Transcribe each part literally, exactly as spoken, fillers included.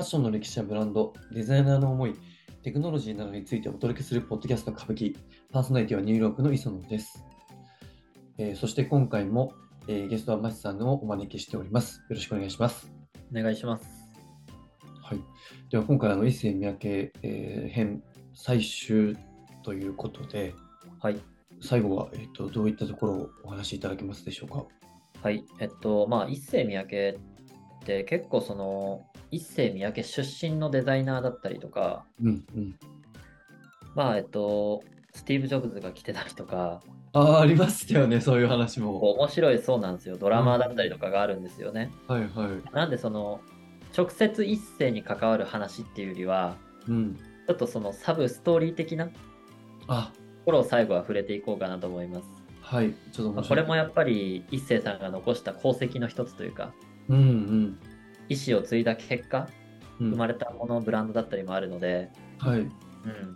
ッションの歴史やブランド、デザイナーの思い、テクノロジーなどについてお届けするポッドキャスト歌舞伎、パーソナリティはニューヨークの磯野です。えーそして今回も、えーゲストはマシさんをお招きしております。よろしくお願いします。 お願いします。 はい。では今回、あの、一世三宅、えー編最終ということで、 はい。 最後は、えーと、どういったところをお話しいただけますでしょうか。 はい。えっと、まあ、一世三宅って結構その、一世三宅出身のデザイナーだったりとか、 うんうん。 まあ、えっと、スティーブ・ジョブズが来てたりとか、 ああ、ありますよね、そういう話も。 こう面白いそうなんですよ。ドうんラマーだったりとうん。 かがあるんですよね。 はいはい。 なんでその、直接一世に関わる話っていうよりは、 うん。 ちょっとそのサブストーリー的なとあ、 ころを最後は触れていこうかなと思います。 はい。ちょっとまあ、 面白い。 これもやっぱり一世さんが残した功績の一つというか、 うんうん意思を継いだ結果、 うん。 生まれたもの、ブランドだったりもあるので、 はい。 うん、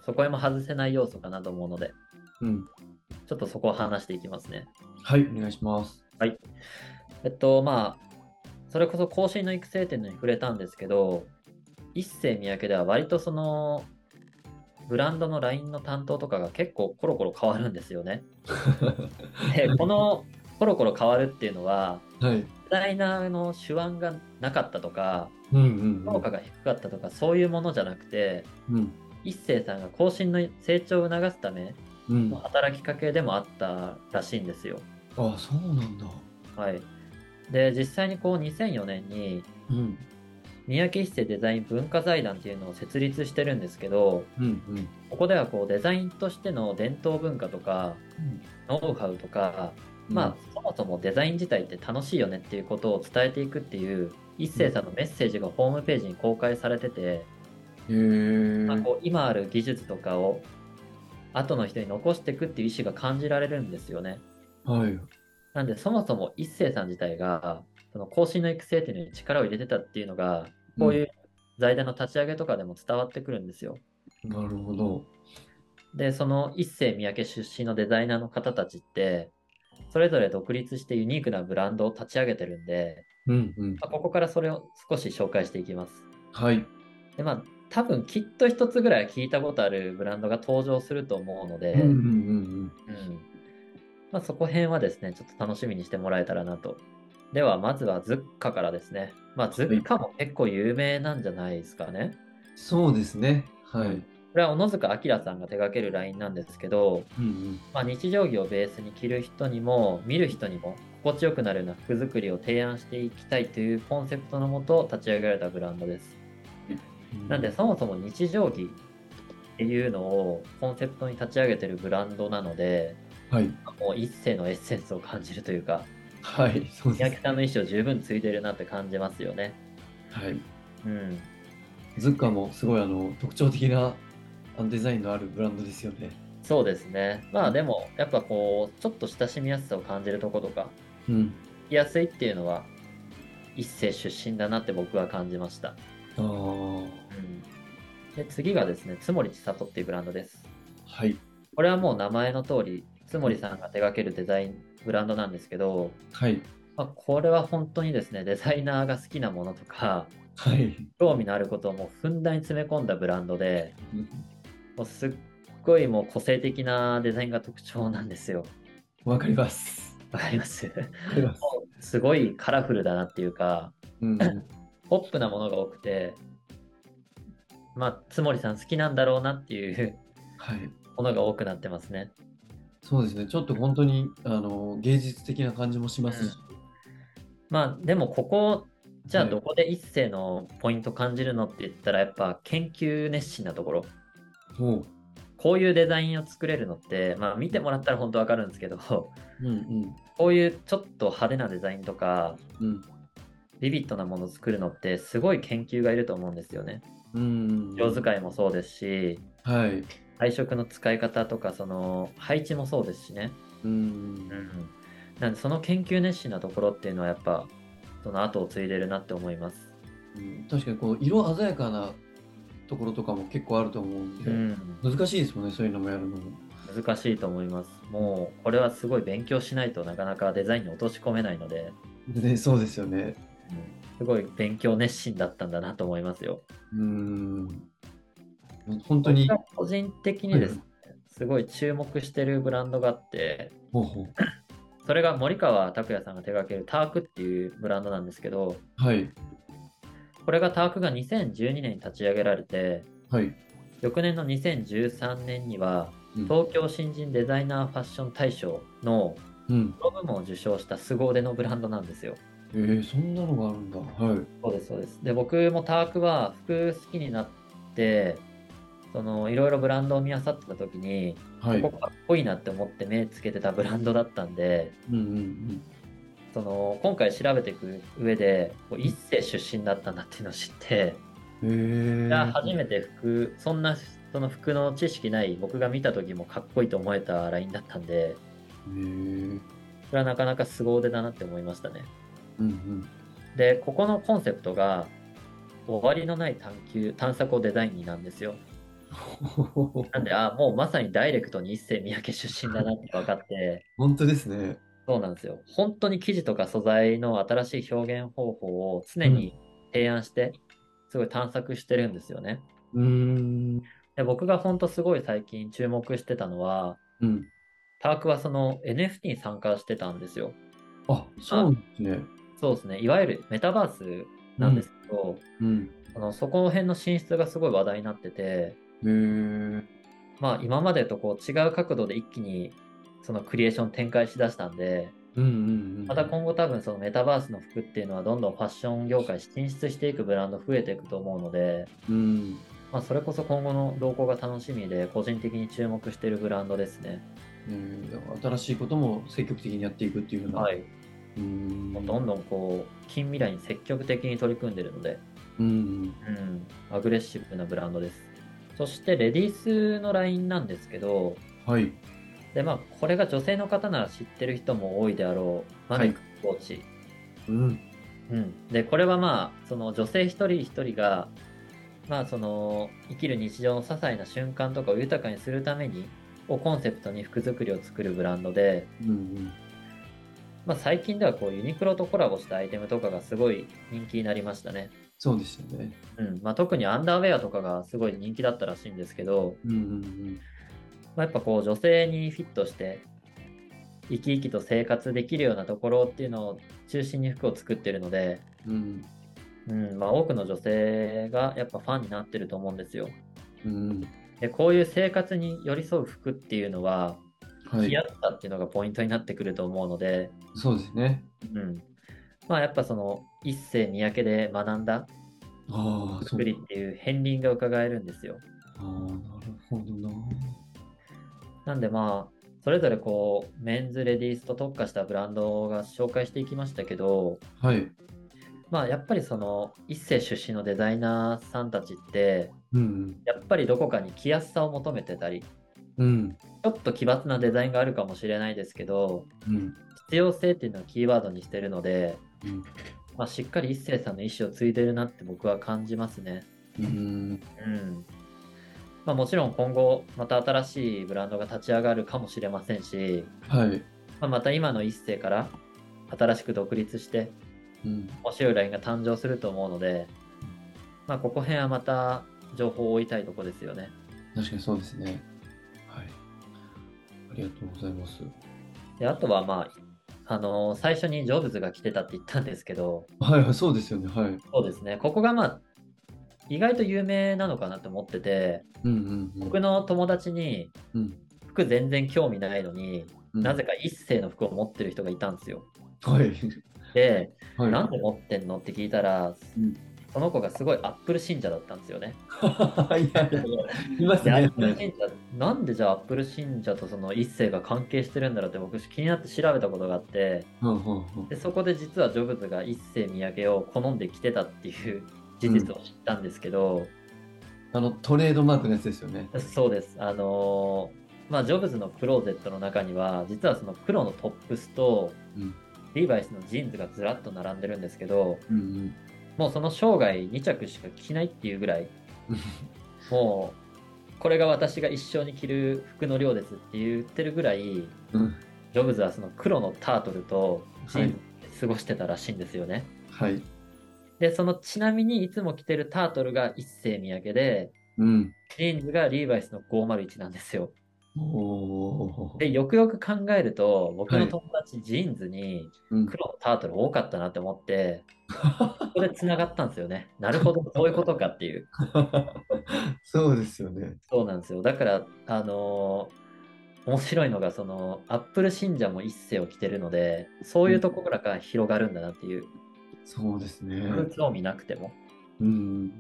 そこへも外せない要素かなと思うので、 うん。 ちょっとそこを話していきますね。 はい、お願いします。 はい。えっと、まあ、それこそ後進の育成っていうのに触れたんですけど、一世三宅では割とその、ブランドのラインの担当とかが結構コロコロ変わるんですよね。で、このコロコロ変わるっていうのは、 はい。 デザイナーの手腕がなかったとか、 うんうん評価が低かったとか、そういうものじゃなくて、 うん。うん。 一世さんが後進の成長を促すためのうん。 働きかけでもあったらしいんですよ。 あ、そうなんだ。 はい。で、実際にこうにせんよねんにうん。 三宅一生デザイン文化財団っていうのを設立してるんですけど、 うんうんここではこうデザインとしての伝統文化とか、ノウハウとか、 うん。 まあそもそもデザイン自体って楽しいよねっていうことを伝えていくっていう一星さんのメッセージがホームページに公開されてて、 へえ。 まあ、こう今ある技術とかを後の人に残していくっていう意思が感じられるんですよね。 はい。 なんでそもそも一星さん自体がその後進の育成っていうのに力を入れてたっていうのが、 うん。 こういう財団の立ち上げとかでも伝わってくるんですよ。 なるほど。 で、その一世三宅出身のデザイナーの方たちって、それぞれ独立してユニークなブランドを立ち上げてるんで、 うんうん。 まあ、ここからそれを少し紹介していきます。 はい。 で、まあ、多分きっと一つぐらい聞いたことあるブランドが登場すると思うので、 うんうんうんうん。まあ、そこ辺はですね、ちょっと楽しみにしてもらえたらなと。では、まずはズッカからですね。まあ、ズうん。はい。 ッカも結構有名なんじゃないですかね。 そうですね。 うん。 はい。 これは小野塚明さんが手掛けるラインなんですけど、 うんうん。 まあ、日常着をベースに着る人にも、見る人にも心地よくなるような服作りを提案していきたいというコンセプトのもと立ち上げられたブランドです。なんで、そもそも日常着っていうのをコンセプトに立ち上げてるブランドなので、 はい。 もう一世のエッセンスを感じるというか、 はい。そうです。 三宅さんの意思を十分継いでるなって感じますよね。 はい。 うん。 ズッカーもすごいあの特徴的なあのデザインのあるブランドですよね。 そうですね。まあでも、やっぱこう、ちょっと親しみやすさを感じるとことか、 うん。 着やすいっていうのは、一世出身だなって僕は感じました。 ああ。 うん。で、次がですね、つもりちさとっていうブランドです。 はい。 これはもう名前の通り、つもうん。 りさんが手掛けるデザイン、ブランドなんですけど、 はい。 まあ、これは本当にですね、デザイナーが好きなものとか、 はい。 興味のあることをもうふんだんに詰め込んだブランドで、 うんもうすっごいもう個性的なデザインが特徴なんですよ。 わかります。 わかります。 わかります。 もうすごいカラフルだなっていうか、 うん。 ポップなものが多くて、まあ、つもりさん好きなんだろうなっていうはい。 ものが多くなってますね。 そうですね。ちょっと本当にあの芸術的な感じもしますし。 うん。まあ、でもここ、じゃあはい。 どこで一世のポイント感じるのって言ったら、やっぱ研究熱心なところ。 おう。 こういうデザインを作れるのって、まあ見てもらったら本当わかるんですけど、 うんうんこういうちょっと派手なデザインとか、 うん。 ビビッドなものを作るのってすごい研究がいると思うんですよね。 うんうんうん。 色使いもそうですし、 はい。 配色の使い方とか、その配置もそうですしね。 うん。 うん。なんでその研究熱心なところっていうのはやっぱ、その後を継いでるなって思います。 うん、確かにこう色鮮やかなところとかも結構あると思うんうで、 ん。 難しいですもんね、そういうのもやるのも。 難しいと思います。 うん、 もう、これはすごい勉強しないとなかなかデザインに落とし込めないので、 で、そうですよね。 うん。 すごい勉強熱心だったんだなと思いますよ。 うーん。本当に、 僕が個人的にはいはい。 ですね、すごい注目してるブランドがあって、 ほうほう。 それが森川拓也さんが手掛けるタークっていうブランドなんですけど、 はい。 これがタークがにせんじゅうにねんに立ち上げられて、 はい。 翌年のにせんじゅうさんねんには、 うん。 東京新人デザイナーファッション大賞のうん。 プロ部門を受賞した凄腕のブランドなんですよ。 えー、そんなのがあるんだ。はい。 そうです、そうです。で、僕もタークは服好きになって、そのいろいろブランドを見漁ってた時に、 はい。 ここかっこいいなって思って目つけてたブランドだったんで、 うんうんその今回調べていく上で、こううん。 一世出身だったんだっていうのを知って、 えいやー、 初めて服、そんなその服の知識ない僕が見た時もかっこいいと思えたラインだったんで、 えー、 それはなかなか凄腕だなって思いましたね。 うんうん。 で、ここのコンセプトが、終わりのない探求、探索をデザインになんですよ。なんで、あ、もうまさにダイレクトに一世三宅出身だなって分かって、 本当ですね。 そうなんですよ。本当に生地とか素材の新しい表現方法をうん。 常に提案して、すごい探索してるんですよね。 うーん。 で、僕が本当すごい最近注目してたのは、 うん。 タークはその エヌエフティー に参加してたんですよ。 あ、そあ、 うなんですね。 そうですね。いわゆるメタバースうん。 なんですけど、 うん。 あのそこの辺の進出がすごい話題になってて、 えー、 まあ今までとこう違う角度で一気にそのクリエーション展開しだしたんで、 うんうんまた今後多分そのメタバースの服っていうのはどんどんファッション業界進出していくブランド増えていくと思うので、 うんうん。うん。 まあそれこそ今後の動向が楽しみで個人的に注目しているブランドですね。 えー、だから新しいことも積極的にやっていくっていうふうな。 はい。 うーん。 どんどんこう近未来に積極的に取り組んでいるので、 うん。 うん、アグレッシブなブランドです。そしてレディースのラインなんですけど、 はい。 でまあこれが女性の方なら知ってる人も多いであろう、マはい。 ネックコーチ。 うん。 うん。で、これはまあ、その女性一人一人が、まあその生きる日常の些細な瞬間とかを豊かにするために、をコンセプトに服作りを作るブランドで、 うんうん。 まあ最近ではこうユニクロとコラボしたアイテムとかがすごい人気になりましたね。 そうですよね。 うん。まあ特にアンダーウェアとかがすごい人気だったらしいんですけど、 うんうんまあ、やっぱこう女性にフィットして生き生きと生活できるようなところっていうのを中心に服を作ってるので、 うん。 うん、まあ多くの女性がやっぱファンになってると思うんですよ。 うん。 で、こういう生活に寄り添う服っていうのは、 はい。 着やすさっていうのがポイントになってくると思うので、 そうですね。 うん。まあやっぱその一世三宅で学んだああ、そうか。 作りっていう片鱗が伺えるんですよ。 ああ、なるほどな。 なんでまあ、それぞれこう、メンズ、レディースと特化したブランドが紹介していきましたけど、 はい。 まあやっぱりその一世出身のデザイナーさんたちって、 うんやっぱりどこかに着やすさを求めてたり、 うん。うん。 ちょっと奇抜なデザインがあるかもしれないですけど、 うん。 必要性っていうのをキーワードにしてるので、 うん。 まあ、しっかり一星さんの意思を継いでるなって僕は感じますね。 うん。 うん。まあ、もちろん今後また新しいブランドが立ち上がるかもしれませんし、 はい。 まあ、また今の一星から新しく独立してうん。 面白いラインが誕生すると思うので、まあ、ここ辺はまた情報を追いたいとこですよね。 確かにそうですね。はい。ありがとうございます。 で、あとはまあ、あのー最初にジョブズが来てたって言ったんですけど、 はいはい、そうですよね。はい。 そうですね。ここがまあ、意外と有名なのかなと思ってて、 うんうんうん。 僕の友達にうん。 服全然興味ないのに、 うん。 なぜか一世の服を持ってる人がいたんですよ。 はい。 で、 はい。 なんで持ってんのって聞いたら、 うん。 その子がすごいアップル信者だったんですよね。 いやいや、いますで、アッね。 プル信者、なんでじゃあアップル信者とその一世が関係してるんだろうって僕気になって調べたことがあって、 うんうんうん。 で、そこで実はジョブズが一世三宅を好んで着てたっていう事うん。 実を知ったんですけど、 あの、トレードマークのやつですよね。 そうです。あのーまあ、ジョブズのクローゼットの中には、実はその黒のトップスと、 うん。 リーバイスのジーンズがずらっと並んでるんですけど、 うんもうその生涯に着しか着ないっていうぐらい、 うん。 もう、これが私が一生に着る服の量ですって言ってるぐらい、ジうん。 ョブズはその黒のタートルとジはい。 ーンズで過ごしてたらしいんですよね。 はい。 で、そのちなみにいつも着てるタートルが一世三宅で、 うん。 ジーンズがリーバイスのごーまるいちなんですよ。 おで、よくよく考えると、僕はい。 の友達ジーンズにうん。 黒のタートル多かったなって思って、ここで繋がったんですよね。なるほど、そういうことかっていう。 そうですよね。 そうなんですよ。だから、あのー面白いのが、その、アップル信者も一世を着てるので、そういうところから広がるんだなっていう。 そうですね。 僕興味なくても、 うん、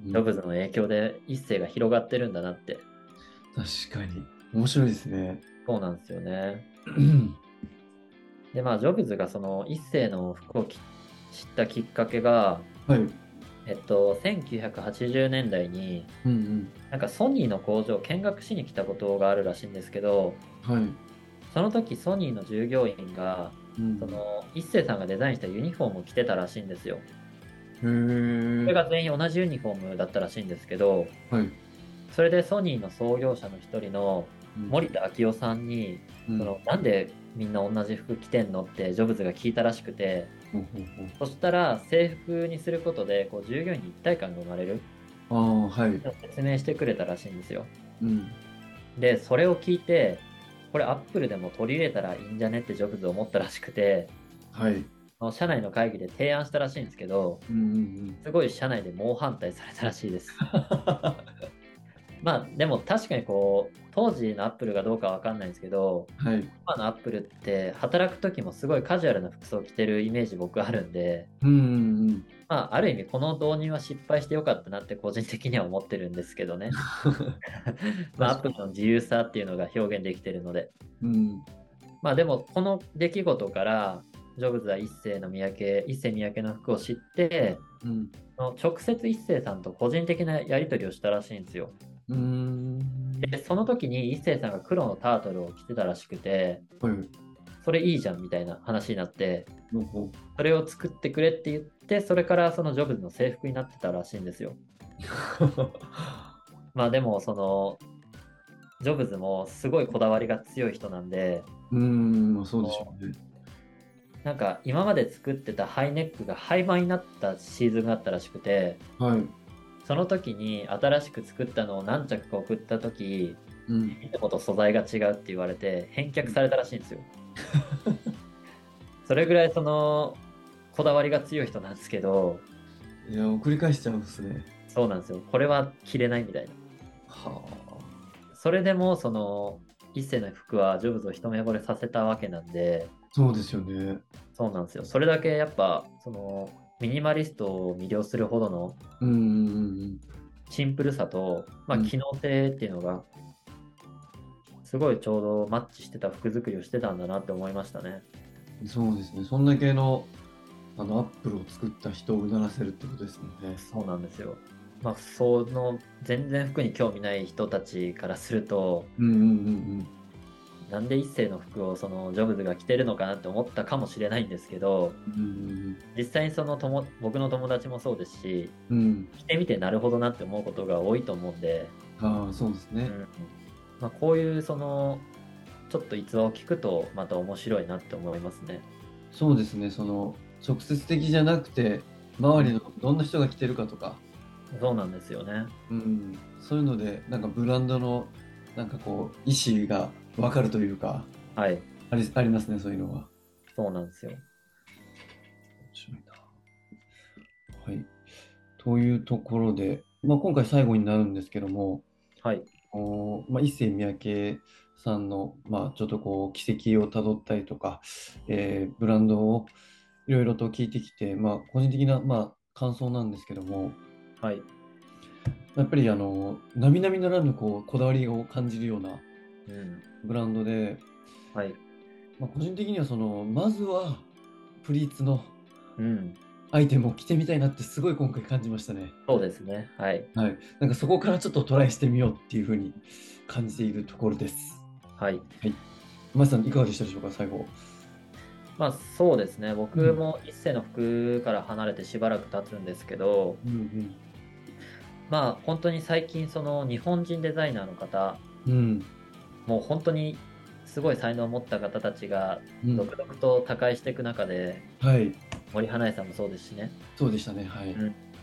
うん。 ジョブズの影響で一世が広がってるんだなって。 確かに。面白いですね。 そうなんですよね。 うんで、まあ、ジョブズがその一世の服をき知ったきっかけが、 はい。うんえっと、せんきゅうひゃくはちじゅうねんだいに、 うん。 なんかソニーの工場を見学しに来たことがあるらしいんですけど、 はい。 その時ソニーの従業員が、そうん。 の一星さんがデザインしたユニフォームを着てたらしいんですよ。 へえ。 それが全員同じユニフォームだったらしいんですけど、 はい。 それでソニーの創業者の一人のうん。 森田昭夫さんに、 うん。 そのなんでみんな同じ服着てんのってジョブズが聞いたらしくて、 ほうほうほう。 そしたら制服にすることでこう従業員に一体感が生まれるああ、はい。 説明してくれたらしいんですよ。 うん。 で、それを聞いて、これアップルでも取り入れたらいいんじゃねってジョブズ思ったらしくて、 はい。 あの社内の会議で提案したらしいんですけど、 うんうんうん。 すごい社内で猛反対されたらしいです。まあでも確かにこう、当時のアップルがどうかわかんないんですけど、 はい。 今のアップルって働く時もすごいカジュアルな服装を着てるイメージ僕あるんで、 うんうんうん。 まあある意味この導入は失敗してよかったなって個人的には思ってるんですけどね。まあアップル確かの自由さっていうのが表現できてるので。 に。うん。 まあでも、この出来事から、ジョブズは一世の三宅、一世三宅の服を知って、 うん。 その直接一世さんと個人的なやり取りをしたらしいんですよ。 うーん。 で、その時に一世さんが黒のタートルを着てたらしくて、 はい。 それいいじゃんみたいな話になって、 ほうほそれを作ってくれって言って、それからそのジョブズの制服になってたらしいんですよ。まあでも、その、ジョブズもすごいこだわりが強い人なんで、 う。うーん、まあそうでしょそのうね。 なんか今まで作ってたハイネックが廃盤になったシーズンがあったらしくて、 はい。 その時に新しく作ったのを何着か送った時、 うん。 いつもと素材が違うって言われて返却されたらしいんですよ。それぐらいそのこだわりが強い人なんですけど、 いや、繰り返しちゃうんですね。 そうなんですよ。これは着れないみたいな。 はそれでもその一世の服はジョブズを一目惚れさせたわけなんで、 あ。そうですよね。 そうなんですよ。それだけやっぱそのミニマリストを魅了するほどのうんうんシンプルさと、まあ、 うんうん。 機能性っていうのが、すごいちょうどマッチしてた服作りをしてたんだなって思いましたね。 うん。そうですね。そんだけの、あの、アップルを作った人をうならせるってことですもんね。 そうなんですよ。まあ、その、全然服に興味ない人たちからすると、 うんうんうんなんで一世の服をそのジョブズが着てるのかなって思ったかもしれないんですけど、 うん。うん実際にその友僕の友達もそうですし、 うんうん。うん。 着てみてなるほどなって思うことが多いと思うんで、 ああ、そうですね。 うんまあ、こういうその、ちょっと逸話を聞くとまた面白いなって思いますね。 そうですね。その、直接的じゃなくて、周りのどんな人が着てるかとか、 そうなんですよね。 うん、そういうので、なんかブランドの、なんかこう、意思がわかるというか、 はい。 あり、ありますね、そういうのは。 そうなんですよ。 面白いな。はい。というところで、まあ、今回最後になるんですけども、 はい。 おまあ、一世三宅さんの、まあ、ちょっとこう軌跡をたどったりとか、えーブランドをいろいろと聞いてきて、まあ、個人的な、まあ、感想なんですけども、 はい。 やっぱりあの並々ならぬこうこだわりを感じるようなうん。 ブランドで、 はい。 まあ、個人的にはそのまずはプリーツのうん。 アイテムを着てみたいなってすごい今回感じましたね。 そうですね。はい。 はい。なんかそこからちょっとトライしてみようっていうふうに感じているところです。 はい。 はい。マさん、いかがでしたでしょうか、最後。 まあそうですね。 うん。 僕も一世の服から離れてしばらく経つんですけど、 うんまあ本当に最近その日本人デザイナーの方、 うん。うん。 もう本当にすごい才能を持った方たちがうん。 続々と他界していく中で、 はい。 森英恵さんもそうですしね。 そうでしたね。はい。 うん。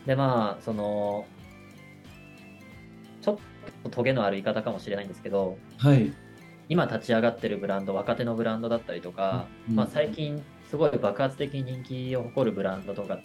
で、まあ、その、ちょっとトゲのある言い方かもしれないんですけど、 はい。 今立ち上がってるブランド、若手のブランドだったりとか、まあ、 うん。 最近すごい爆発的に人気を誇るブランドとかって、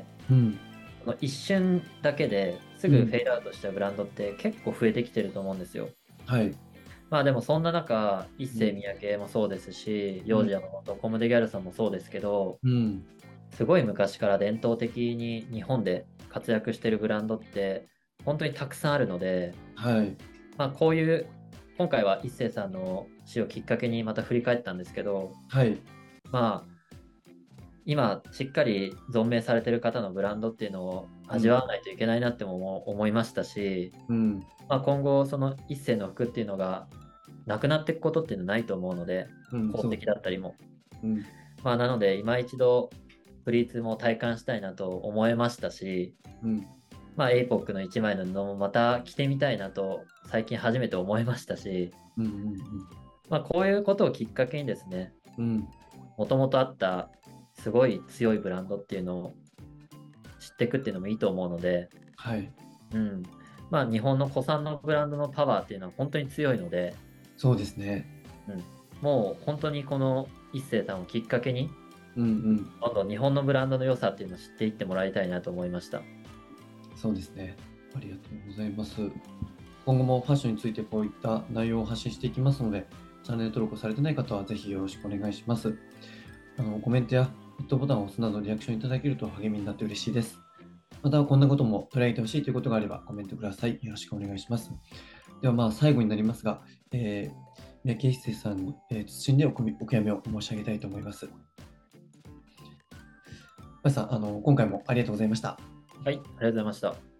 うん。 この一瞬だけですうん。 ぐフェードアウトしたブランドって結構増えてきてると思うんですよ。 はい。 まあでもそんな中、一うん。 世三宅もそうですし、幼うん。 児山本、コムデギャルソンもそうですけど、 うん。 すごい昔から伝統的に日本で活躍してるブランドって本当にたくさんあるので、 はい。 まあこういう、今回は一世さんの死をきっかけにまた振り返ったんですけど、 はい。 まあ今しっかり存命されてる方のブランドっていうのをうん。 味わわないといけないなっても思いましたし、 うん。 まあ、今後その一世の服っていうのがなくなっていくことっていうのはないと思うので、 うん。 功そう。 績だったりも。 うん。 まあ、なので、今一度、プリーツも体感したいなと思いましたし、 うん。 まあ、エイポックの一枚の布もまた着てみたいなと、最近初めて思いましたし、 うん。うん。 まあ、こういうことをきっかけにですね、 うん。 もともとあったすごい強いブランドっていうのを知っていくっていうのもいいと思うので、 はい。 うん。まあ、日本の古参のブランドのパワーっていうのは本当に強いので、 そうですね。 うん、もう本当にこの一星さんをきっかけに、 うん。うん。 どんどん日本のブランドの良さっていうのを知っていってもらいたいなと思いました。 そうですね。ありがとうございます。今後もファッションについてこういった内容を発信していきますので、チャンネル登録をされてない方はぜひよろしくお願いします。あのコメントやグッドボタンを押すなどリアクションいただけると励みになって嬉しいです。また、こんなことも取り上げてほしいということがあればコメントください。よろしくお願いします。では、まあ、最後になりますが、えー、三宅一生さんに、えー、謹んでお悔みお悔やみを申し上げたいと思います。まさん、あの、今回もありがとうございました。 はい、ありがとうございました。